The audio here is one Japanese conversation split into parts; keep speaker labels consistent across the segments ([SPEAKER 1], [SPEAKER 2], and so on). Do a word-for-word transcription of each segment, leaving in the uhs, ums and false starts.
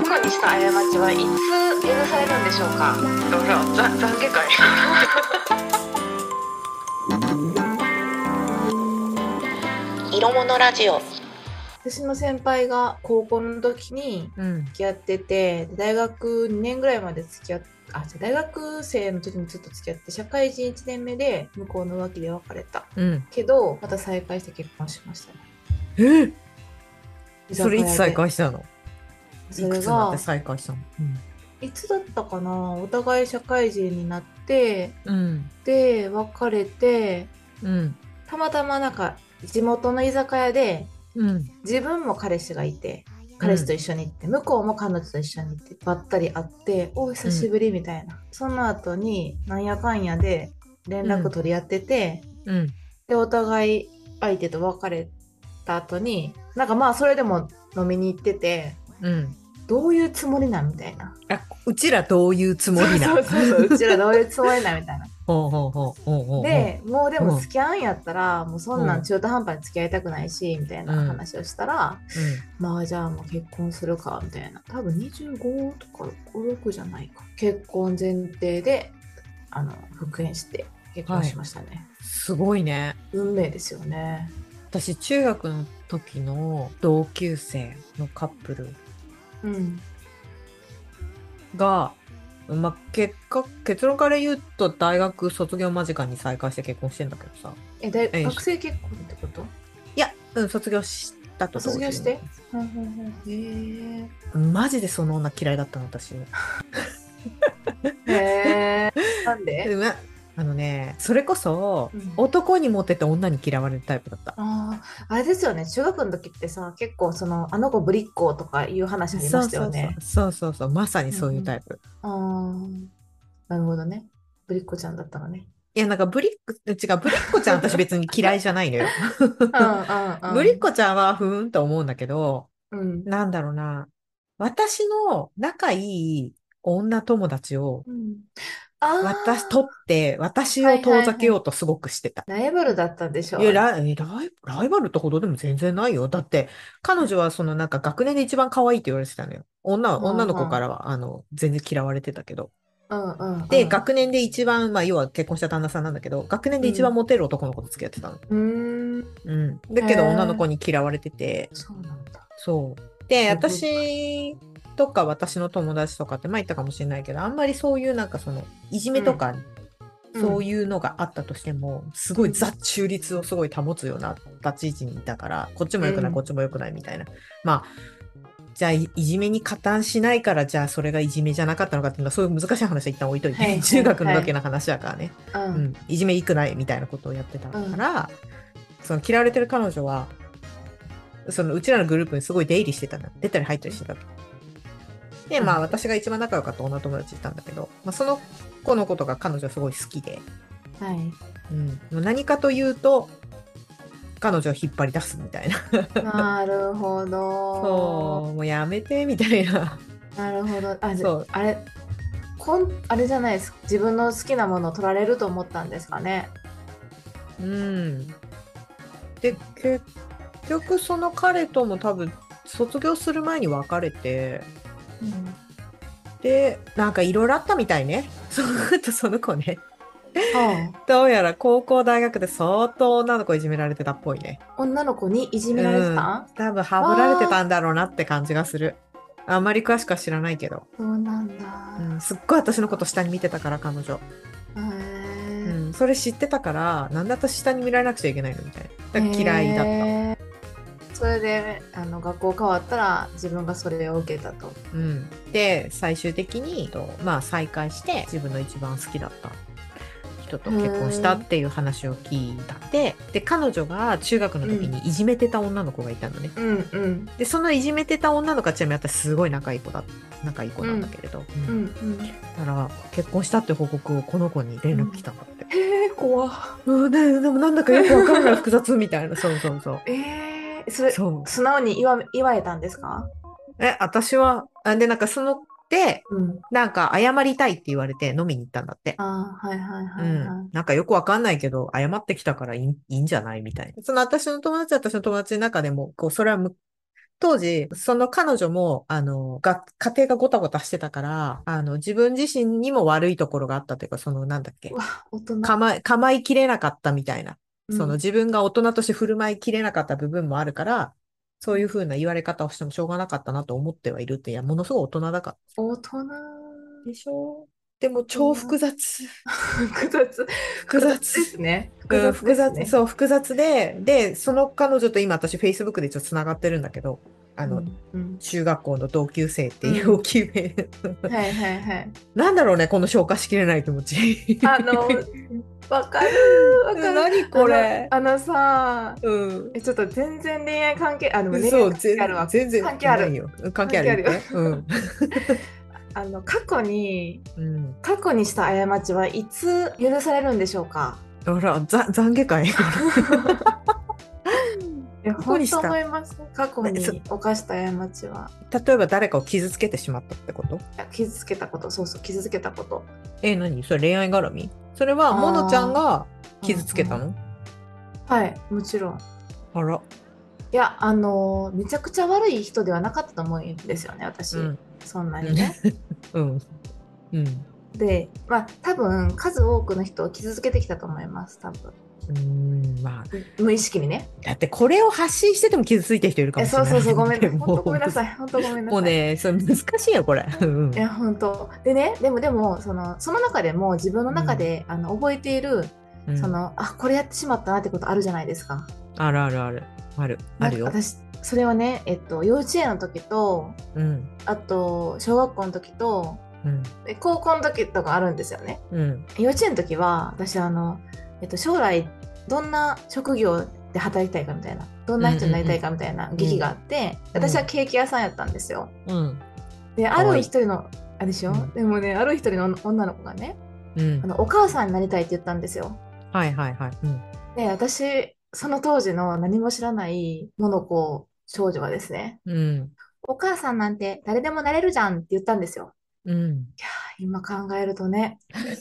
[SPEAKER 1] 婿にした過ちはいつ許されるんでしょうか。どうぞ、ざ懺悔会。
[SPEAKER 2] 色物ラジオ。
[SPEAKER 3] 私の先輩が高校の時に
[SPEAKER 4] うん。
[SPEAKER 3] 付き合ってて、で大学にねんぐらいまで付き合っあ、じゃあ大学生の時にずっと付き合って、社会人いちねんめで向こうの浮気で別れた。
[SPEAKER 4] うん。
[SPEAKER 3] けど、また再会して結婚しましたね。
[SPEAKER 4] え
[SPEAKER 3] 居
[SPEAKER 4] それいつ再
[SPEAKER 3] 酒屋で
[SPEAKER 4] 会したの？
[SPEAKER 3] それ
[SPEAKER 4] いくつになって
[SPEAKER 3] が、
[SPEAKER 4] 再会したの？うん。
[SPEAKER 3] いつだったかな、お互い社会人になって、
[SPEAKER 4] うん。
[SPEAKER 3] で、別れて、
[SPEAKER 4] うん。
[SPEAKER 3] たまたまなんか地元の居酒屋で、
[SPEAKER 4] うん。
[SPEAKER 3] 自分も彼氏がいて、彼氏と一緒に行って、向こうも彼女と一緒に行ってばったり会って、お久しぶりみたいな、その後になんやかんやで連絡取り合ってて、
[SPEAKER 4] うん。
[SPEAKER 3] でお互い相手と別れた後になんかまあそれでも飲みに行ってて、
[SPEAKER 4] うん。
[SPEAKER 3] どういうつもりなんみたいな、
[SPEAKER 4] あ、うちらどういうつもりなの？
[SPEAKER 3] そうそうそう、うちらどういうつもりなんみたいな。
[SPEAKER 4] ほうほうほうほうほう。
[SPEAKER 3] でもうでも付き合うんやったら、もうそんな
[SPEAKER 4] うん
[SPEAKER 3] ん中途半端に付き合いたくないしみたいな話をしたら、まあじゃあもう結婚するかみたいな、多分にじゅうごとかご、ろくじゃないか、結婚前提であの復縁して結婚しましたね、
[SPEAKER 4] うん。すごいね。
[SPEAKER 3] 運命ですよね。
[SPEAKER 4] 私、中学の時の同級生のカップル
[SPEAKER 3] うん
[SPEAKER 4] が、まあ、結果、結論から言うと大学卒業間近に再会して結婚してんだけどさ。
[SPEAKER 3] え大
[SPEAKER 4] え
[SPEAKER 3] 学生結婚ってこと？
[SPEAKER 4] いや、うん、卒業したと同時に
[SPEAKER 3] 卒業して、ほんほんほんへ
[SPEAKER 4] マジでその女嫌いだったの、私。
[SPEAKER 3] えへえなん
[SPEAKER 4] で
[SPEAKER 3] で？
[SPEAKER 4] まあのね、それこそ、
[SPEAKER 3] うん
[SPEAKER 4] 男にモテて女に嫌われるタイプだった。
[SPEAKER 3] あーあれですよね、中学の時ってさ、結構そのあの子ぶりっ子とかいう話ありましたよね。
[SPEAKER 4] そうそうそう、そうそうそう、まさにそういうタイプ。
[SPEAKER 3] あーなるほどね。ぶりっ子ちゃんだったのね。
[SPEAKER 4] いや、なんかブリック、違う、ブリッコちゃん私別に嫌いじゃないのよ。
[SPEAKER 3] うんうんうん。
[SPEAKER 4] ブリッコちゃんはふーんと思うんだけど、
[SPEAKER 3] うん。
[SPEAKER 4] なんだろうな。私の仲いい女友達を
[SPEAKER 3] うんあ
[SPEAKER 4] 私、
[SPEAKER 3] あ、
[SPEAKER 4] 取って、私を遠ざけようとすごくしてた。
[SPEAKER 3] ライバルだったんでしょ
[SPEAKER 4] いや、
[SPEAKER 3] う。
[SPEAKER 4] ライ、ライ、ライバルってほどでも全然ないよ。だって、彼女はそのなんか学年で一番可愛いって言われてたのよ。女は、女の子からは、あの、全然嫌われてたけど。
[SPEAKER 3] うんうんうん。
[SPEAKER 4] で、学年で一番、まあ、要は結婚した旦那さんなんだけど、学年で一番モテる男の子と付き合ってたの。
[SPEAKER 3] うーん。
[SPEAKER 4] うん。だけど、
[SPEAKER 3] へー
[SPEAKER 4] 女の子に嫌われてて、
[SPEAKER 3] そうなんだ。
[SPEAKER 4] そう。で、
[SPEAKER 3] なるほど
[SPEAKER 4] 私とか私の友達とかって、まあ言ったかもしれないけど、あんまりそういうなんかその、いじめとか、
[SPEAKER 3] うん
[SPEAKER 4] そういうのがあったとしても、すごいザ中立をすごい保つような立ち位置にいたから、こっちも良くない、
[SPEAKER 3] うん
[SPEAKER 4] こっちも良くないみたいな。まあ、じゃあ、いいじめに加担しないから、じゃあそれがいじめじゃなかったのかっていうのは、そういう難しい話は一旦置いといて、
[SPEAKER 3] はいはい
[SPEAKER 4] 中学の時の話だからね、
[SPEAKER 3] う
[SPEAKER 4] うんん、いじめいくないみたいなことをやってたから、その嫌われてる彼女は、そのうちらのグループにすごい出入りしてたの。出たり入ったりしてたの。で、まあ
[SPEAKER 3] うん
[SPEAKER 4] 私が一番仲良かった女友達いたんだけど、まあその子のことが彼女はすごい好きで、
[SPEAKER 3] はい。
[SPEAKER 4] うん、何かというと、彼女を引っ張り出すみたいな。
[SPEAKER 3] なるほど。
[SPEAKER 4] そう、もうやめてみたいな。
[SPEAKER 3] なるほど。あ、じ
[SPEAKER 4] そう
[SPEAKER 3] あれ、こん、あれじゃないですか。自分の好きなものを取られると思ったんですかね。
[SPEAKER 4] うん。で、結局その彼とも多分卒業する前に別れて、
[SPEAKER 3] うん。
[SPEAKER 4] で、なんかいろいろあったみたいね。その後その子ね。
[SPEAKER 3] は
[SPEAKER 4] どうやら高校大学で相当女の子いじめられてたっぽいね。
[SPEAKER 3] あ、女の子にいじめられて
[SPEAKER 4] うん
[SPEAKER 3] た？
[SPEAKER 4] 多分ハブられてたんだろうなって感じがする。あんまり詳しくは知らないけど。
[SPEAKER 3] そうなんだ。
[SPEAKER 4] うん、すっごい私のこと下に見てたから彼女。
[SPEAKER 3] へ
[SPEAKER 4] う
[SPEAKER 3] ー
[SPEAKER 4] ん、それ知ってたから、なんで私下に見られなくちゃいけないのみたいな。だから嫌いだった。
[SPEAKER 3] へーそれであの学校変わったら自分がそれを受けたと。
[SPEAKER 4] うん、で、最終的に、とまあ再会して自分の一番好きだった人と結婚したっていう話を聞いたんで、で、彼女が中学の時にいじめてた女の子がいたのね。
[SPEAKER 3] うんうん
[SPEAKER 4] で、そのいじめてた女の子はちなみに私すごい仲いい子だ、仲いい子なんだけれど。
[SPEAKER 3] う
[SPEAKER 4] うん
[SPEAKER 3] んうん。
[SPEAKER 4] だから結婚したって報告をこの子に連絡来たんだって。
[SPEAKER 3] へえ怖っ。
[SPEAKER 4] うん、で、でもなんだかよくわからない複雑みたいな。そうそうそう。
[SPEAKER 3] えー、それ
[SPEAKER 4] そう。
[SPEAKER 3] 素直に言わ言われたんですか？
[SPEAKER 4] え、私は、あで、なんかその、で、
[SPEAKER 3] うん。
[SPEAKER 4] なんか謝りたいって言われて飲みに行ったんだって。
[SPEAKER 3] ああはいはいは
[SPEAKER 4] う
[SPEAKER 3] いは
[SPEAKER 4] ん。なんかよくわかんないけど、謝ってきたからいい、いいんじゃないみたいな。その私の友達は私の友達の中でも、こう、それはむ当時、その彼女も、あの、が、家庭がごたごたしてたから、あの、自分自身にも悪いところがあったというか、その、なんだっけ、
[SPEAKER 3] うわ、大人。
[SPEAKER 4] 構え、構いきれなかったみたいな。その
[SPEAKER 3] うん、
[SPEAKER 4] 自分が大人として振る舞いきれなかった部分もあるから、そういうふうな言われ方をしてもしょうがなかったなと思ってはいるって、いや、ものすごい大人だから。
[SPEAKER 3] 大人。
[SPEAKER 4] でしょ？でも
[SPEAKER 3] 大
[SPEAKER 4] 超
[SPEAKER 3] 人。
[SPEAKER 4] 複雑。
[SPEAKER 3] 複雑。
[SPEAKER 4] 複
[SPEAKER 3] 複雑で
[SPEAKER 4] 雑。
[SPEAKER 3] すね。複
[SPEAKER 4] うん、
[SPEAKER 3] 雑
[SPEAKER 4] 複雑、
[SPEAKER 3] ですね。
[SPEAKER 4] そう、複雑で、で、その彼女と今私 Facebook でちょっと繋がってるんだけど、あの、
[SPEAKER 3] うんうん、
[SPEAKER 4] 中学校の同級生っていう
[SPEAKER 3] うん
[SPEAKER 4] 大きい名、
[SPEAKER 3] はいはいはい。
[SPEAKER 4] なんだろうね、この消化しきれない気持ち。
[SPEAKER 3] あの、わかるわかる。
[SPEAKER 4] 何これ。
[SPEAKER 3] あの、あのさ、
[SPEAKER 4] うん。
[SPEAKER 3] え、ちょっと全然恋愛関係、あ、でも恋愛
[SPEAKER 4] そう、
[SPEAKER 3] 関係あるわ。
[SPEAKER 4] 全然、
[SPEAKER 3] 関係ある。
[SPEAKER 4] ないよ。関係あ
[SPEAKER 3] 関係あるよ。
[SPEAKER 4] る言って。うん。
[SPEAKER 3] あの、過去に、
[SPEAKER 4] うん。
[SPEAKER 3] 過去にした過ちはいつ許されるんでしょうか？
[SPEAKER 4] あら、ざ、懺悔会。
[SPEAKER 3] いや、
[SPEAKER 4] 過去にした
[SPEAKER 3] 本当思います。過去
[SPEAKER 4] ねそ
[SPEAKER 3] に犯した過ちは。
[SPEAKER 4] 例えば誰かを傷つけてしまったってこと？
[SPEAKER 3] いや傷つけたこと、そうそう、傷つけたこと。
[SPEAKER 4] え、何それ恋愛絡み？それは、モノちゃんが傷つけたの？
[SPEAKER 3] うんうん、はい、もちろん。
[SPEAKER 4] あら。
[SPEAKER 3] いや、あのめちゃくちゃ悪い人ではなかったと思うんですよね、私。
[SPEAKER 4] うん。
[SPEAKER 3] そんなにね。
[SPEAKER 4] うん。うん。
[SPEAKER 3] で、まあ、多分、数多くの人を傷つけてきたと思います、多分。
[SPEAKER 4] うーん、まあ。
[SPEAKER 3] 無意識にね。
[SPEAKER 4] だってこれを発信してても傷ついてる人いるか
[SPEAKER 3] え、
[SPEAKER 4] もしれない。
[SPEAKER 3] そうそうそう、ごめんなさい。
[SPEAKER 4] もう
[SPEAKER 3] 本当ごめんなさい。本当ごめんなさい。
[SPEAKER 4] もうね、それ難しいよ、これ。うん。
[SPEAKER 3] いや、本当。でね、でもでも、その、その中でも自分の中で、うん、あの覚えている、
[SPEAKER 4] うん、
[SPEAKER 3] その、あ、これやってしまったなってことあるじゃないですか。
[SPEAKER 4] あるあるある。ある。あるよ。
[SPEAKER 3] 私、それはね、えっと、幼稚園の時と、
[SPEAKER 4] うん、
[SPEAKER 3] あと、小学校の時と、うん、で高校の時とかあるんですよね。うん、幼稚園の時は、私、あの、えっと、将来、どんな職業で働きたいかみたいな、どんな人になりたいかみたいな劇があって、うん、私はケーキ屋さんやったんですよ。うん、で、ある一人の、あれでしょ、うん、でもね、ある一人の女の子がね、うん、あのお母さんになりたいって言ったんですよ。
[SPEAKER 4] はいはいはい。うん、
[SPEAKER 3] で、私、その当時の何も知らないモノコ少女はですね、うん、お母さんなんて誰でもなれるじゃんって言ったんですよ。うん、いや今考えるとね。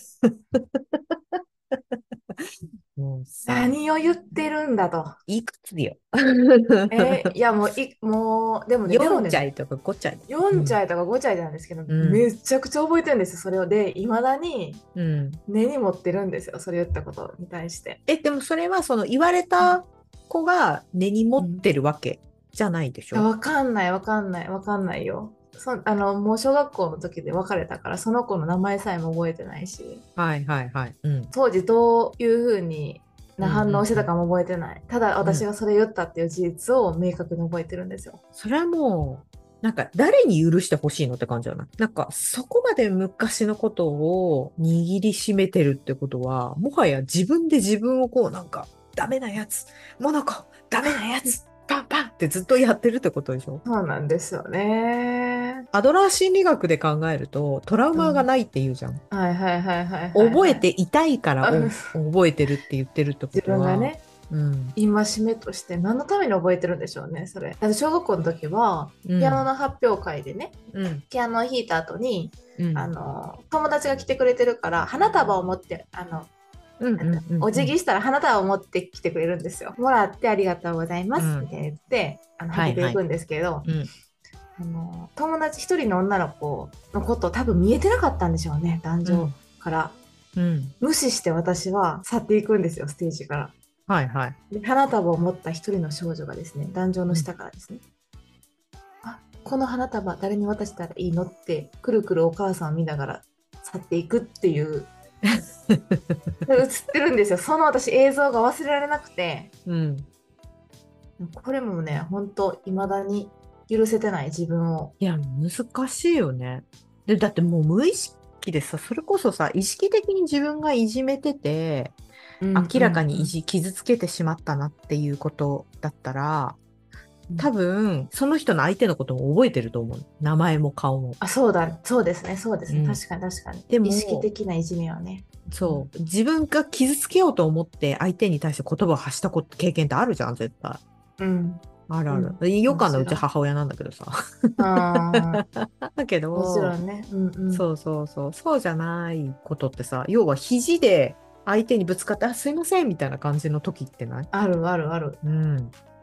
[SPEAKER 3] もう何を言ってるんだと。
[SPEAKER 4] いくつよ。
[SPEAKER 3] えー、いやもうい、もう、でもね、
[SPEAKER 4] よんちゃいとかごちゃい。
[SPEAKER 3] よんちゃいとかごちゃいなんですけど、うん、めちゃくちゃ覚えてるんですよ、それを。で、いまだに根に持ってるんですよ、それ言ったことに対して。
[SPEAKER 4] え、でもそれはその言われた子が根に持ってるわけじゃないでしょ？
[SPEAKER 3] わかんない、わかんない、わかんないよ。そあのもう小学校の時で別れたからその子の名前さえも覚えてないし、
[SPEAKER 4] はいはいはい、うん、
[SPEAKER 3] 当時どういう風にな反応してたかも覚えてない、うんうんうん、ただ私がそれ言ったっていう事実を明確に覚えてるんですよ。
[SPEAKER 4] それはもうなんか誰に許してほしいのって感じじゃない？なんかそこまで昔のことを握りしめてるってことはもはや自分で自分をこうなんかダメなやつモノコダメなやつパンパンってずっとやってるってことでしょ？
[SPEAKER 3] そうなんですよね。
[SPEAKER 4] アドラー心理学で考えるとトラウマがないって言うじゃん、
[SPEAKER 3] うん、はいはいはいはい、はい、
[SPEAKER 4] 覚えていたいから覚えてるって言ってるってことは
[SPEAKER 3] 自分がね、
[SPEAKER 4] うん、
[SPEAKER 3] 戒めとして何のために覚えてるんでしょうね、それ。あと小学校の時は、うん、ピアノの発表会でね、うん、ピアノを弾いた後に、うん、あの友達が来てくれてるから花束を持ってあのお辞儀したら花束を持ってきてくれるんですよ。もらってありがとうございます、うん、って言ってあのはけていくんですけど、はいはい、あの友達一人の女の子のことを多分見えてなかったんでしょうね、壇上から、うんうん、無視して私は去っていくんですよ、ステージから。
[SPEAKER 4] はいはい、
[SPEAKER 3] で花束を持った一人の少女がですね、壇上の下からですね、うん、あ、この花束誰に渡したらいいのってくるくるお母さんを見ながら去っていくっていう映ってるんですよ。その私映像が忘れられなくて、うん、これもね本当未だに許せてない自分を。
[SPEAKER 4] いや難しいよね。でだってもう無意識でさ、それこそさ意識的に自分がいじめてて、うん、明らかにいじ、うん、傷つけてしまったなっていうことだったら多分その人の相手のことも覚えてると思う。名前も顔も。
[SPEAKER 3] あ、そうだ、そうですね、そうですね、うん、確かに確かに。でも意識的ないじめはね、
[SPEAKER 4] そう、うん、自分が傷つけようと思って相手に対して言葉を発したこと経験ってあるじゃん絶対。うん、あるある。うん、よかんのうち母親なんだけどさ。あだけど
[SPEAKER 3] もちろんね、うんうん、
[SPEAKER 4] そうそうそうそうじゃないことってさ、要は肘で相手にぶつかってあすいませんみたいな感じの時ってない？
[SPEAKER 3] あるあるある。
[SPEAKER 4] うん。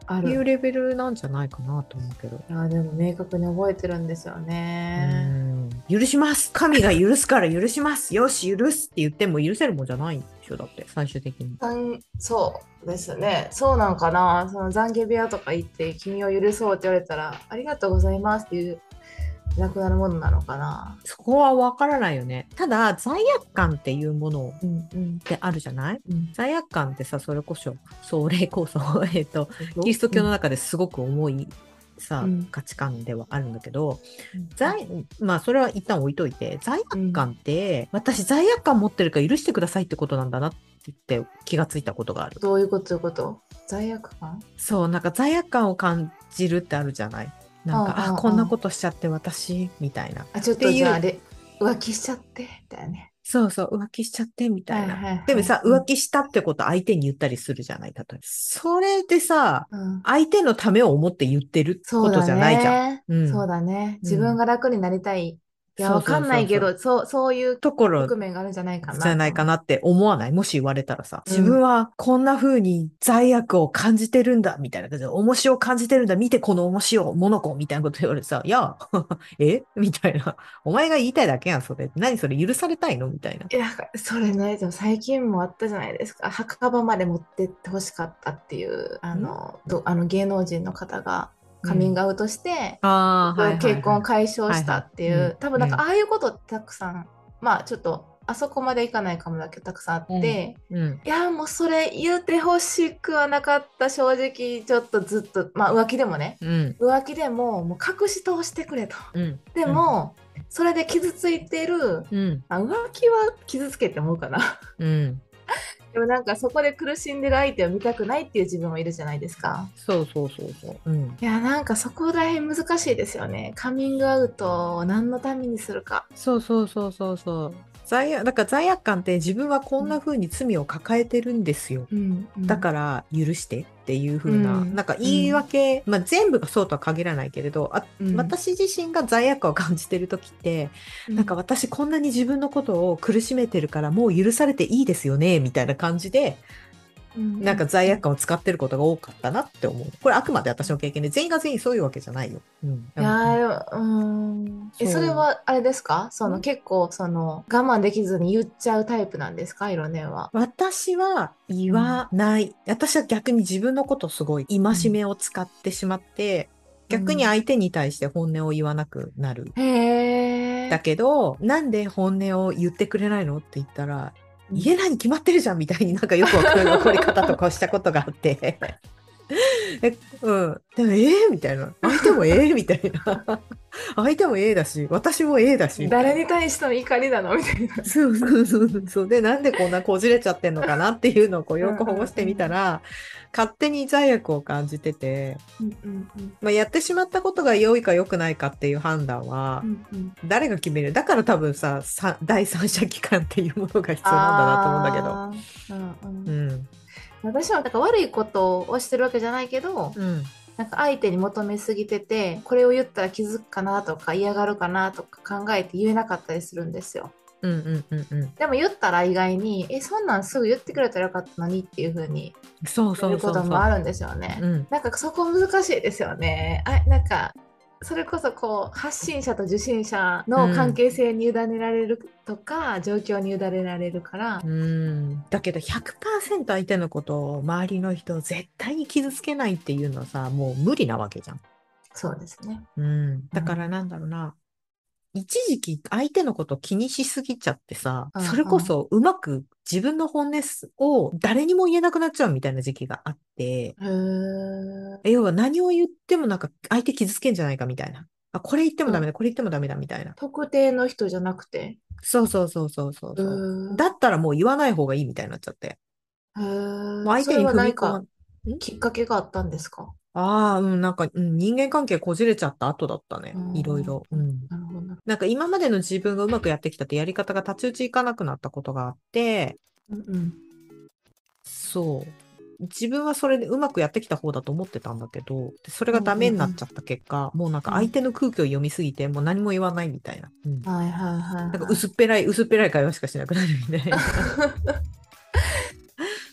[SPEAKER 3] あ
[SPEAKER 4] いう
[SPEAKER 3] る。
[SPEAKER 4] レベルなんじゃないかなと思うけど。
[SPEAKER 3] いやでも明確に覚えてるんですよ
[SPEAKER 4] う
[SPEAKER 3] ね。
[SPEAKER 4] ん許します神が許すから許しますよし許すって言っても許せるもんじゃないんでしょだって最終的に。
[SPEAKER 3] 残そうですね。そうなんかな。その懺悔部屋とか行って君を許そうって言われたらありがとうございますっていうなくなるものなのかな。
[SPEAKER 4] そこは分からないよね。ただ罪悪感っていうもの
[SPEAKER 3] うんうん
[SPEAKER 4] ってあるじゃない？
[SPEAKER 3] うん。
[SPEAKER 4] 罪悪感ってさ、それこそそれこそえっとキリスト教の中ですごく重いさ、
[SPEAKER 3] うん、
[SPEAKER 4] 価値観ではあるんだけど、
[SPEAKER 3] うん
[SPEAKER 4] 罪まあそれは一旦置いといて、罪悪感って、うん、私罪悪感持ってるから許してくださいってことなんだなって言って気がついたことがある。
[SPEAKER 3] どういうことどういうこと罪悪感？
[SPEAKER 4] そう、なんか罪悪感を感じるってあるじゃない？なんか、あ、こんなことしちゃって私みたいな。
[SPEAKER 3] あ、ちょっとじゃあれ浮気しちゃってみたいなね。
[SPEAKER 4] そうそう、浮気しちゃってみたいな。
[SPEAKER 3] はいはいはい、
[SPEAKER 4] でもさ、
[SPEAKER 3] うん、
[SPEAKER 4] 浮気したってこと相手に言ったりするじゃない、例えば。それでさ、
[SPEAKER 3] うん、
[SPEAKER 4] 相手のためを思って言ってることじゃないじゃん。
[SPEAKER 3] そうだね。うん、そうだね。自分が楽になりたい。いや、わかんないけど、そう、そういう
[SPEAKER 4] ところ
[SPEAKER 3] 側面があるんじゃないかな。
[SPEAKER 4] じゃないかなって思わない？もし言われたらさ、
[SPEAKER 3] うん、
[SPEAKER 4] 自分はこんな風に罪悪を感じてるんだ、みたいな感じで、重しを感じてるんだ、見てこの重しを、モノコみたいなこと言われてさ、いや、えみたいな。お前が言いたいだけやん、それ。何それ許されたいのみたいな。
[SPEAKER 3] いや、それね、でも最近もあったじゃないですか。墓場まで持ってってほしかったっていう、あの、どあの芸能人の方が、カミングアウトして、
[SPEAKER 4] うん、あはいはいはい、
[SPEAKER 3] 結婚を解消したっていう、はいはい、多分なんかああいうことってたくさん、うん、まあちょっとあそこまでいかないかもだけどたくさんあって、うんうん、いやもうそれ言ってほしくはなかった。正直ちょっとずっとまあ浮気でもね、うん、浮気でももう隠し通してくれと、うん、でも、うん、それで傷ついてる、うん、あ浮気は傷つけて思うかな、うんでもなんかそこで苦しんでる相手を見たくないっていう自分もいるじゃないですか。
[SPEAKER 4] そうそうそうそう。うん、
[SPEAKER 3] いやなんかそこら辺難しいですよね。カミングアウトを何のためにするか。
[SPEAKER 4] そうそうそうそうそう。罪悪だから罪悪感って自分はこんな風に罪を抱えてるんですよ。うんうん、だから許してっていう風な、うん、なんか言い訳、うん、まあ全部がそうとは限らないけれど、あ、うん、私自身が罪悪感を感じてる時って、うん、なんか私こんなに自分のことを苦しめてるからもう許されていいですよねみたいな感じで、なんか罪悪感を使ってることが多かったなって思う。これあくまで私の経験で全員が全員そういうわけじゃないよ。うん、い
[SPEAKER 3] やー、うん。え、それはあれですか？その結構その我慢できずに言っちゃうタイプなんですか？色ねは。
[SPEAKER 4] 私は言わない。うん、私は逆に自分のことすごい戒めを使ってしまって、うん、逆に相手に対して本音を言わなくなる。
[SPEAKER 3] へー。
[SPEAKER 4] だけど、なんで本音を言ってくれないのって言ったら、言えないに決まってるじゃんみたいになんかよくわかる怒り方とかしたことがあってえ、うん、でもええー、みたいな相手もええー、みたいな相手もええだし私もええだし
[SPEAKER 3] 誰に対しての怒りなのみたいな。
[SPEAKER 4] そうそうそうそうでなんでこんなこじれちゃってんのかなっていうのをこうよく保護してみたら、うんうんうん、勝手に罪悪を感じてて、うんうんうんまあ、やってしまったことが良いか良くないかっていう判断は誰が決める？だから多分さ第三者機関っていうものが必要なんだなと思うんだけど、うんうんうん、
[SPEAKER 3] 私はなんか悪いことをしてるわけじゃないけど、うん、なんか相手に求めすぎててこれを言ったら気づくかなとか嫌がるかなとか考えて言えなかったりするんですよ。うんうんうんうん、でも言ったら意外にえそんなんすぐ言ってくれたらよかったのにっていう風に言うこともあるんですよね。なんかそこ難しいですよね。あなんかそれこそこう発信者と受信者の関係性に委ねられるとか、うん、状況に委ねられるから
[SPEAKER 4] うんだけど ひゃくパーセント 相手のことを周りの人を絶対に傷つけないっていうのはさもう無理なわけじゃん。
[SPEAKER 3] そうですね、
[SPEAKER 4] うん、だからなんだろうな、うん一時期相手のこと気にしすぎちゃってさ、うんうん、それこそうまく自分の本音を誰にも言えなくなっちゃうみたいな時期があって、要は何を言ってもなんか相手傷つけんじゃないかみたいな。あ、これ言ってもダメだ、うん、これ言ってもダメだみたいな。
[SPEAKER 3] 特定の人じゃなくて。
[SPEAKER 4] そうそうそうそうそう。だったらもう言わない方がいいみたいになっちゃって。
[SPEAKER 3] へー。相手に踏み込まきっかけがあったんですか？
[SPEAKER 4] ああ、うん、なんか、うん、人間関係こじれちゃった後だったね。いろいろ。うん。
[SPEAKER 3] なるほど。
[SPEAKER 4] なんか今までの自分がうまくやってきたってやり方が太刀打ちいかなくなったことがあって、うんうん、そう。自分はそれでうまくやってきた方だと思ってたんだけど、それがダメになっちゃった結果、うんうんうん、もうなんか相手の空気を読みすぎて、もう何も言わないみたいな。うん、
[SPEAKER 3] はいはいはい、はい。
[SPEAKER 4] なんか薄っぺらい、薄っぺらい会話しかしなくなるみたいな。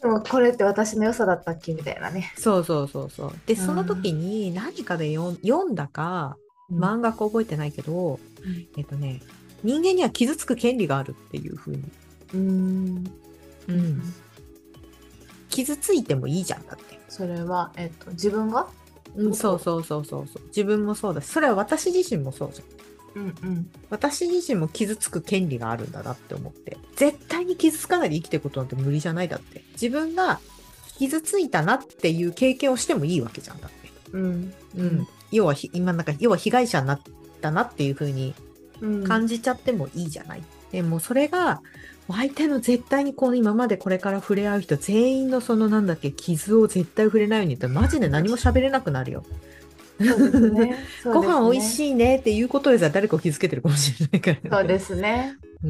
[SPEAKER 3] でもこれって私の良さだったっけみたいなね。
[SPEAKER 4] そうそうそうそう。で、その時に何かで読ん読んだか、漫画か覚えてないけど、うん、えっとね、人間には傷つく権利があるっていう風に。
[SPEAKER 3] うーん。
[SPEAKER 4] うん。傷ついてもいいじゃんだって。
[SPEAKER 3] それは、えっと、自分が？
[SPEAKER 4] うん、そうそうそうそうそう。自分もそうだし、それは私自身もそうじゃん。
[SPEAKER 3] うんうん、
[SPEAKER 4] 私自身も傷つく権利があるんだなって思って、絶対に傷つかないで生きていくことなんて無理じゃないだって。自分が傷ついたなっていう経験をしてもいいわけじゃんだって。
[SPEAKER 3] うん
[SPEAKER 4] うん。要は今なんか要は被害者になったなっていう風に感じちゃってもいいじゃない。うん、でもそれが相手の絶対にこの今までこれから触れ合う人全員のそのなんだっけ傷を絶対触れないようにってマジで何も喋れなくなるよ。
[SPEAKER 3] そうですね。
[SPEAKER 4] ご飯美味しいねっていうことでさ、誰かを傷つけてるかもしれないから、ね。
[SPEAKER 3] そうですね。
[SPEAKER 4] うん。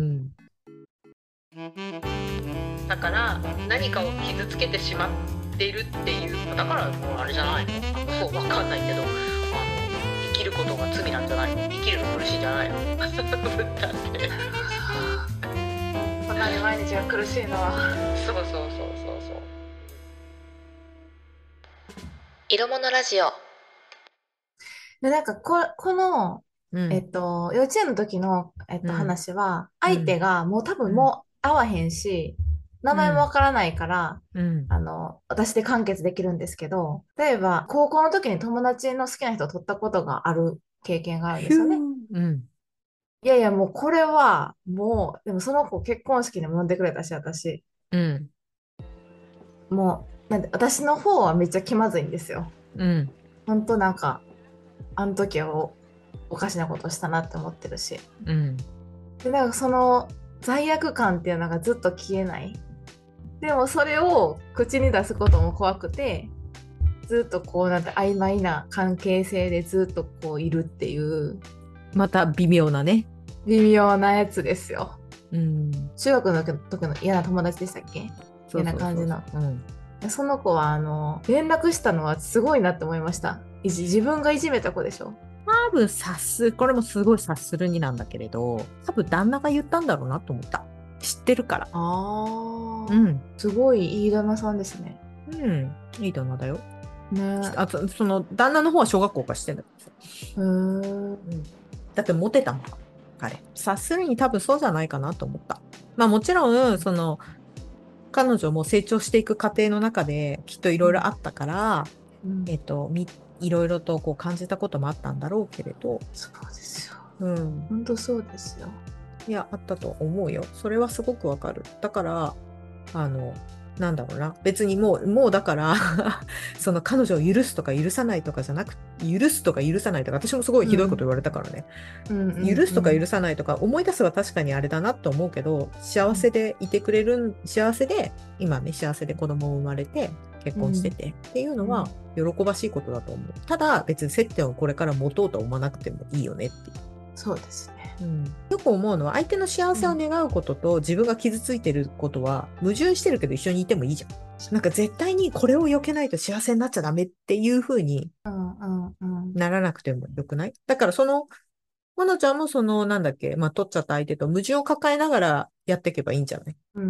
[SPEAKER 2] だから何かを傷つけてしまっているっていうだからもうあれじゃないの？そうわかんないけど、あの生きることが罪なんじゃないの？生きるの苦しいんじゃないの？だって
[SPEAKER 3] そんなに毎日が苦しいのは。
[SPEAKER 2] そうそうそうそうそう。
[SPEAKER 1] 色物ラジオ。
[SPEAKER 3] でなんかこ、この、
[SPEAKER 4] うん、
[SPEAKER 3] えっと、幼稚園の時の、えっと、
[SPEAKER 4] うん、
[SPEAKER 3] 話は、相手がもう多分もう会わへんし、うん、名前もわからないから、
[SPEAKER 4] うん、
[SPEAKER 3] あの、私で完結できるんですけど、例えば、高校の時に友達の好きな人を取ったことがある経験があるんですよね。
[SPEAKER 4] うん、
[SPEAKER 3] いやいや、もうこれは、もう、でもその子結婚式にも呼んでくれたし、私。
[SPEAKER 4] うん、
[SPEAKER 3] もう、なんで、私の方はめっちゃ気まずいんですよ。
[SPEAKER 4] うん。
[SPEAKER 3] 本当なんか、あの時は お, おかしなことしたなって思ってるし、
[SPEAKER 4] うん、
[SPEAKER 3] でなんかその罪悪感っていうのがずっと消えない。でもそれを口に出すことも怖くて、ずっとこうなんて曖昧な関係性でずっとこういるっていう
[SPEAKER 4] また微妙なね
[SPEAKER 3] 微妙なやつですよ。
[SPEAKER 4] うん、
[SPEAKER 3] 中学の時の嫌な友達でしたっけ？嫌な感じの。
[SPEAKER 4] うん、
[SPEAKER 3] その子はあの連絡したのはすごいなって思いました。自分がいじめた子でしょ。
[SPEAKER 4] 多分察すこれもすごい察するになんだけれど、多分旦那が言ったんだろうなと思った。知ってるから。
[SPEAKER 3] ああ、
[SPEAKER 4] うん、
[SPEAKER 3] すごいいい旦那さんですね。
[SPEAKER 4] うん、いい旦那だよ。
[SPEAKER 3] ね、
[SPEAKER 4] あとその旦那の方は小学校からしてんだけ
[SPEAKER 3] ど。へー、うん、
[SPEAKER 4] だってモテたもん彼。察するに多分そうじゃないかなと思った。まあもちろんその彼女も成長していく過程の中できっといろいろあったから、うん、えっとみいろいろとこう感じたこともあったんだろうけれど。
[SPEAKER 3] そうですよ。
[SPEAKER 4] うん。
[SPEAKER 3] 本当そうですよ。
[SPEAKER 4] いや、あったと思うよ。それはすごくわかる。だから、あの、なんだろうな。別にもう、もうだからその彼女を許すとか許さないとかじゃなく、許すとか許さないとか、私もすごいひどいこと言われたからね。うん、許すとか許さないとか、思い出すは確かにあれだなと思うけど、幸せでいてくれる、幸せで、今ね、幸せで子供を生まれて、結婚してて、うん、っていうのは喜ばしいことだと思う。ただ別に接点をこれから持とうと思わなくてもいいよねっていう。
[SPEAKER 3] そうですね、
[SPEAKER 4] うん、よく思うのは相手の幸せを願うことと自分が傷ついてることは矛盾してるけど一緒にいてもいいじゃん。なんか絶対にこれを避けないと幸せになっちゃダメっていう風にならなくてもよくない？だからそのまなちゃんもそのなんだっけ、まあ取っちゃった相手と矛盾を抱えながらやっていけばいいんじゃない？うん、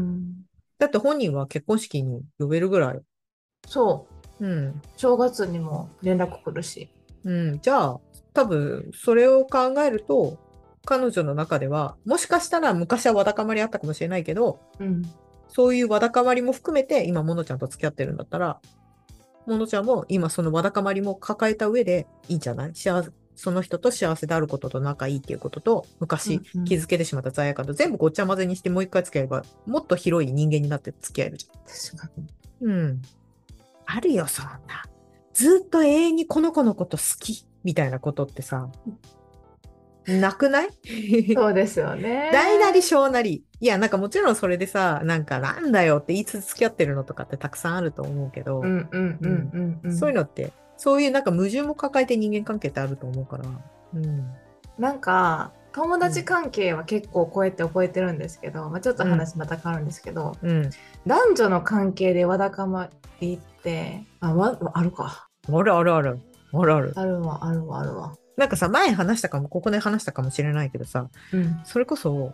[SPEAKER 4] だって本人は結婚式に呼べるぐらい。
[SPEAKER 3] そう、うん、正月にも連絡来るし、
[SPEAKER 4] うん、じゃあ多分それを考えると彼女の中ではもしかしたら昔はわだかまりあったかもしれないけど、うん、そういうわだかまりも含めて今モノちゃんと付き合ってるんだったらモノちゃんも今そのわだかまりも抱えた上でいいんじゃない？幸せ、その人と幸せであることと仲いいっていうことと昔気づけてしまった罪悪感と全部ごっちゃ混ぜにしてもう一回付き合えばもっと広い人間になって付き合えるじゃん。確かに。うん。あるよそんな。ずっと永遠にこの子のこと好きみたいなことってさ、なくない？
[SPEAKER 3] そうですよね。
[SPEAKER 4] 大なり小なり。いや、なんかもちろんそれでさ、なんかなんだよって言いつつ付き合ってるのとかってたくさんあると思うけど、そういうのって、そういうなんか矛盾も抱えて人間関係ってあると思うから。うん、なん
[SPEAKER 3] か、友達関係は結構こうやって覚えてるんですけど、まあ、ちょっと話また変わるんですけど、うん、男女の関係でわだかまりって、あ、わあるか。
[SPEAKER 4] あるあるある。あるある。
[SPEAKER 3] あるわ、あるわ、あるわ。
[SPEAKER 4] なんかさ、前話したかも、ここで話したかもしれないけどさ、うん、それこそ、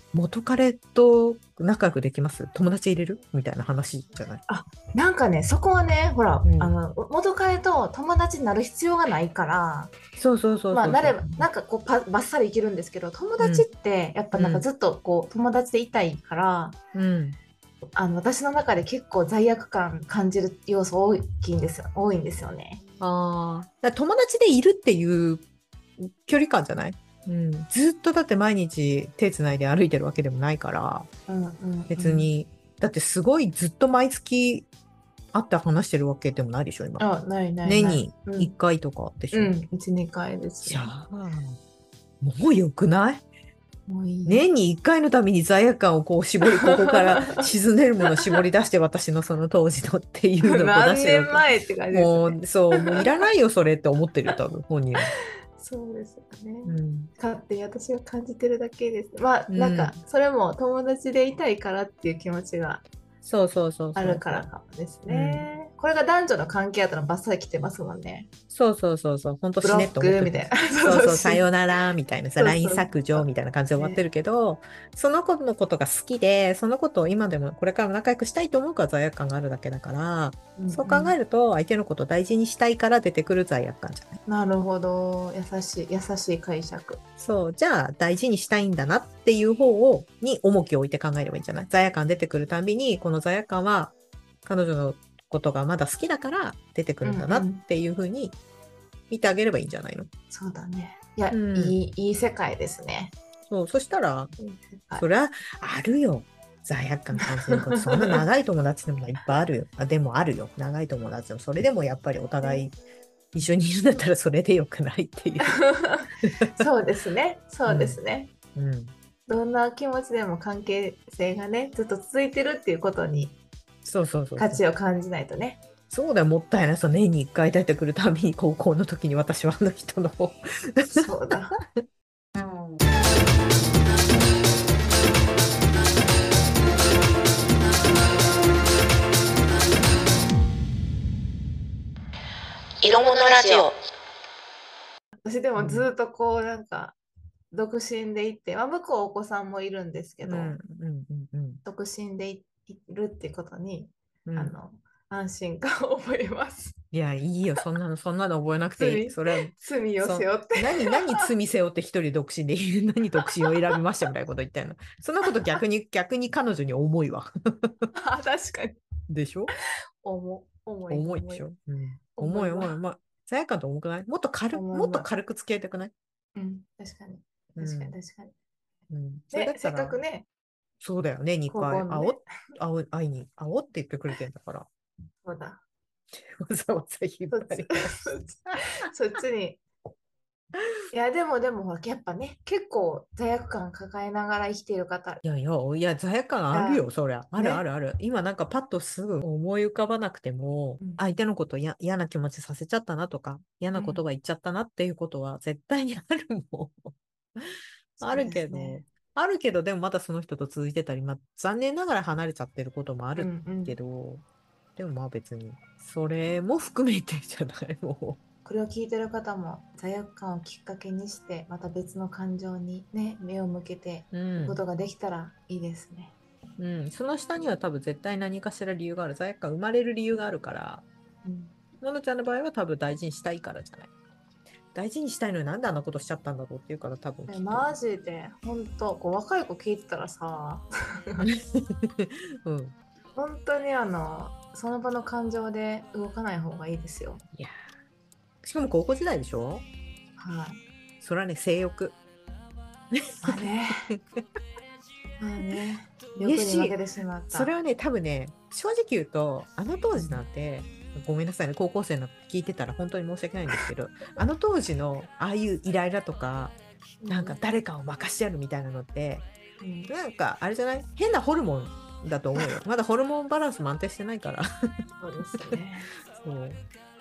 [SPEAKER 4] 元彼と仲良くできます？友達入れるみたいな話じゃない？
[SPEAKER 3] なんかね、そこはね、ほら、
[SPEAKER 4] うん
[SPEAKER 3] あの元彼と友達になる必要がないから、
[SPEAKER 4] そうそうそうそう。
[SPEAKER 3] まあ、なればなんかこうパバッサリいけるんですけど、友達ってやっぱなんかずっとこう友達でいたいから、
[SPEAKER 4] うん
[SPEAKER 3] あの私の中で結構罪悪感感じる要素大きいんですよ多いんですよね。
[SPEAKER 4] ああ、だから友達でいるっていう距離感じゃない？うん、ずっとだって毎日手つないで歩いてるわけでもないから、
[SPEAKER 3] うんうんうん、
[SPEAKER 4] 別にだってすごいずっと毎月会って話してるわけでもないでしょ今。
[SPEAKER 3] あ、ないないない。
[SPEAKER 4] 年にいっかいとかでしょ。
[SPEAKER 3] うん、いち、にかいです、
[SPEAKER 4] じゃあもうよくない？
[SPEAKER 3] もういい。
[SPEAKER 4] 年にいっかいのために罪悪感をこう絞り、ここから沈んでるものを絞り出して私のその当時のっていうのを
[SPEAKER 3] 何
[SPEAKER 4] 出してる
[SPEAKER 3] 年前って感じですね。
[SPEAKER 4] もうそう、もういらないよそれって思ってるよ多分本人は。
[SPEAKER 3] そうですよね、
[SPEAKER 4] うん、
[SPEAKER 3] 勝手に私が感じてるだけです。まあ、
[SPEAKER 4] うん
[SPEAKER 3] なんかそれも友達でいたいからっていう気持ちが
[SPEAKER 4] そうそうそうそう
[SPEAKER 3] あるからかもですね。これが男女の関係やったらバッサリ来てますもんね。
[SPEAKER 4] そうそうそうそう、本当
[SPEAKER 3] ブロ
[SPEAKER 4] 死ねと思って
[SPEAKER 3] ックみたいな。
[SPEAKER 4] そうそう、さよならみたいなさ、
[SPEAKER 3] そうそう
[SPEAKER 4] ライン 削除みたいな感じで終わってるけど、その子のことが好きで、そのことを今でもこれからも仲良くしたいと思うから罪悪感があるだけだから、
[SPEAKER 3] うんうん、
[SPEAKER 4] そう考えると相手のことを大事にしたいから出てくる罪悪感じゃない？
[SPEAKER 3] なるほど、優しい優しい解釈。
[SPEAKER 4] そう、じゃあ大事にしたいんだなっていう方をに重きを置いて考えればいいんじゃない？罪悪感出てくるたびに、この罪悪感は彼女のことがまだ好きだから出てくるんだなっていう風に見てあげればいいんじゃないの？
[SPEAKER 3] そうだね。いや、
[SPEAKER 4] うん、
[SPEAKER 3] いい、いい世界ですね。
[SPEAKER 4] そう、そしたら、
[SPEAKER 3] いい世界。
[SPEAKER 4] そりゃあるよ。罪悪感感じること。そんな長い友達でもいっぱいあるよ。あ、でもあるよ。長い友達でも。それでもやっぱりお互い一緒にいるんだったらそれでよくないっていう。
[SPEAKER 3] そうですね。そうですね。
[SPEAKER 4] うん。
[SPEAKER 3] どんな気持ちでも関係性がね、ずっと続いてるっていうことに
[SPEAKER 4] そうそうそうそう。
[SPEAKER 3] 価値を感じないとね。
[SPEAKER 4] そうだよ、もったいない。そう年にいっかい出てくるたびに高校の時に私はあの人の
[SPEAKER 3] そうだ。
[SPEAKER 1] 色物ラジオ。
[SPEAKER 3] 私でもずっとこうなんか独身でいて、まあ、向こうお子さんもいるんですけど、
[SPEAKER 4] うんうんうんうん、
[SPEAKER 3] 独身でいるってことに、
[SPEAKER 4] うん、
[SPEAKER 3] あの安心感を覚えます。
[SPEAKER 4] いや、いいよ、そんなの、そんなの覚えなくていい。それは
[SPEAKER 3] 罪を背負って。
[SPEAKER 4] 何、何罪背負って一人独身でいる、何独身を選びましたみたいなこと言ってんの。そんなこと逆に、逆に彼女に重いわ。
[SPEAKER 3] あ、確かに。
[SPEAKER 4] でしょ？
[SPEAKER 3] 重重い。
[SPEAKER 4] 重いでしょ？うん、
[SPEAKER 3] 重いわ
[SPEAKER 4] 重い重い。まあ、罪悪感って重くない？もっと軽く、
[SPEAKER 3] 重いわ
[SPEAKER 4] もっと軽く付き合いたくない？
[SPEAKER 3] うん、確かに。確かに確かに。
[SPEAKER 4] うん。それだ
[SPEAKER 3] ね、
[SPEAKER 4] ったら
[SPEAKER 3] せっかくね、
[SPEAKER 4] そうだよね、にかい、
[SPEAKER 3] 高校のね
[SPEAKER 4] 会おう、会おう、会いに、会おうって言ってくれてんだから。
[SPEAKER 3] そうだ。
[SPEAKER 4] わざわざ引っ
[SPEAKER 3] そっち
[SPEAKER 4] 張り出し
[SPEAKER 3] そっちに。いや、でもでも、やっぱね、結構罪悪感抱えながら生きている方。
[SPEAKER 4] いやいや、いや、罪悪感あるよ、そりゃ。ある
[SPEAKER 3] ね
[SPEAKER 4] あるある。今なんかパッとすぐ思い浮かばなくても、
[SPEAKER 3] うん
[SPEAKER 4] 相手のことや嫌な気持ちさせちゃったなとか、嫌なことが言っちゃったなっていうことは絶対にあるもん。あるけど、
[SPEAKER 3] そうですね
[SPEAKER 4] あるけど、でもまだその人と続いてたり、まあ、残念ながら離れちゃってることもある
[SPEAKER 3] うんうん
[SPEAKER 4] けど、でもまあ別に、それも含めてじゃないも
[SPEAKER 3] これを聞いてる方も罪悪感をきっかけにしてまた別の感情にね目を向けて
[SPEAKER 4] う。
[SPEAKER 3] いくこ
[SPEAKER 4] うん。
[SPEAKER 3] とができたらいいですね。
[SPEAKER 4] うん。その下には多分絶対何かしら理由がある。罪悪感生まれる理由があるから、
[SPEAKER 3] うん
[SPEAKER 4] ののちゃんの場合は多分大事にしたいからじゃない。大事にしたいのになんであんなことしちゃったんだろうっていうから多分きっと。
[SPEAKER 3] マジで本当こう若い子聞いてたらさ
[SPEAKER 4] うん。
[SPEAKER 3] 本当にあのその場の感情で動かない方がいいですよ。
[SPEAKER 4] いやーしかも高校時代でしょ？
[SPEAKER 3] はい。
[SPEAKER 4] それはね、性欲。
[SPEAKER 3] まあね。まあね。欲に負けてしまった。
[SPEAKER 4] それはね、多分ね、正直言うと、あの当時なんて、ごめんなさいね、高校生の聞いてたら本当に申し訳ないんですけど、あの当時のああいうイライラとか、なんか誰かを任してやるみたいなのって、
[SPEAKER 3] うん、
[SPEAKER 4] なんかあれじゃない？変なホルモンだと思うよ。まだホルモンバランスも安定してないから。
[SPEAKER 3] そうですね。
[SPEAKER 4] そう。うん、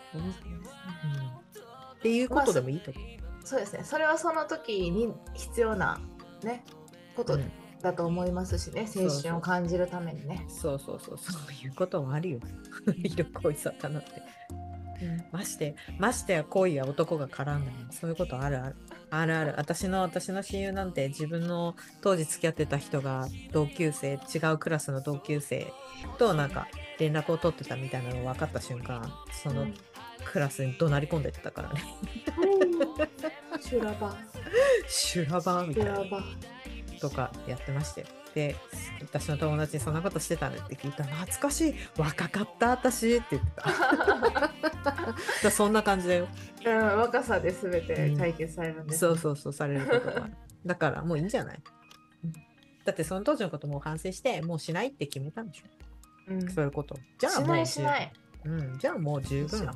[SPEAKER 4] っていうことでもいいと思う。
[SPEAKER 3] まあ、そうですね。それはその時に必要なねことだと思いますしね、うん、青春を感じるためにね。
[SPEAKER 4] そうそうそう、そういうこともあるよ。色恋沙汰なって。うん、ましてましてや恋や男が絡んだり、そういうことあるある。 あるある。私の私の親友なんて自分の当時付き合ってた人が同級生、違うクラスの同級生となんか連絡を取ってたみたいなのが分かった瞬間、そのクラスに怒鳴り込んでってたからね。
[SPEAKER 3] シュラバ
[SPEAKER 4] 修羅場みたいな
[SPEAKER 3] シュラバ
[SPEAKER 4] とかやってまして。で、私の友達にそんなことしてたねって聞いたら、懐かしい、若かった私って言ってた。だからそんな感じだよ。
[SPEAKER 3] うん、若さで全て解決されるんです、ね
[SPEAKER 4] そうそうそう、されることが。だからもういいんじゃない？だってその当時のことも反省して、もうしないって決めたんでしょ。
[SPEAKER 3] うん、
[SPEAKER 4] そういうこと。じゃあ
[SPEAKER 3] しな
[SPEAKER 4] もう
[SPEAKER 3] いしない
[SPEAKER 4] 十分。うん、じゃあもう十分。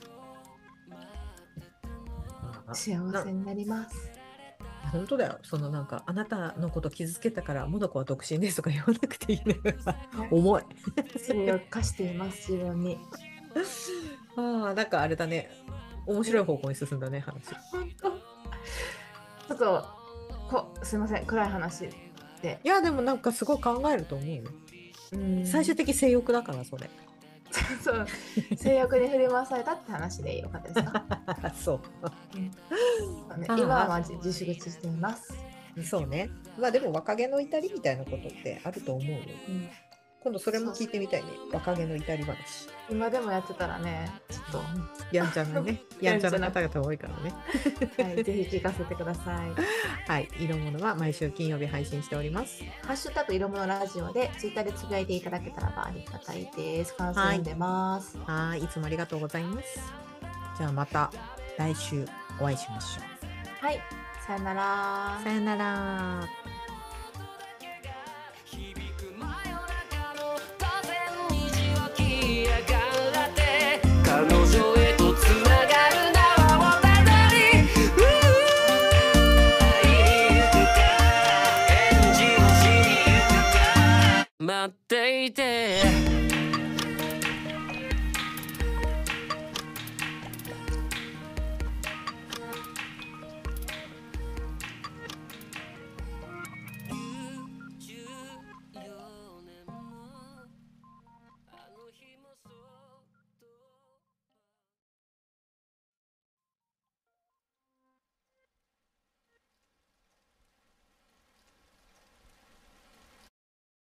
[SPEAKER 3] 幸せになります。
[SPEAKER 4] 本当だよ。そのなんかあなたのこと傷つけたからモノコは独身ですとか言わなくていいね。重い。
[SPEAKER 3] 罪を課しています自分に。
[SPEAKER 4] ああ、なんかあれだね。面白い方向に進んだね、話。
[SPEAKER 3] 本当。ちょっとこすいません、暗い話で。
[SPEAKER 4] いやでもなんかすごい考えると思うよ。
[SPEAKER 3] うん、
[SPEAKER 4] 最終的性欲だからそれ。
[SPEAKER 3] そう性欲に振り回されたって話でよかったですか？
[SPEAKER 4] そう。
[SPEAKER 3] うんそうね、今はまじ自粛しています。
[SPEAKER 4] そうね。まあでも若気の至りみたいなことってあると思うよ。
[SPEAKER 3] うん、
[SPEAKER 4] 今度それも聞いてみたいね。若気の至り話。
[SPEAKER 3] 今でもやってたらね、ちょっと
[SPEAKER 4] やんちゃなね。やんちゃな方々多いからね。
[SPEAKER 3] はい、ぜひ聞かせてください。
[SPEAKER 4] はい。色物は毎週金曜日配信しております。
[SPEAKER 3] ハッシュタグ色物ラジオでツイッターでつぶやいていただけたらばありがたいです。感想読んでます。
[SPEAKER 4] はい。いつもありがとうございます。じゃあまた来週お会いしましょう。
[SPEAKER 3] はい。さよなら。
[SPEAKER 4] さよなら。
[SPEAKER 5] 彼女へとつながる縄をたどり行くか返事をしに行くか待っていて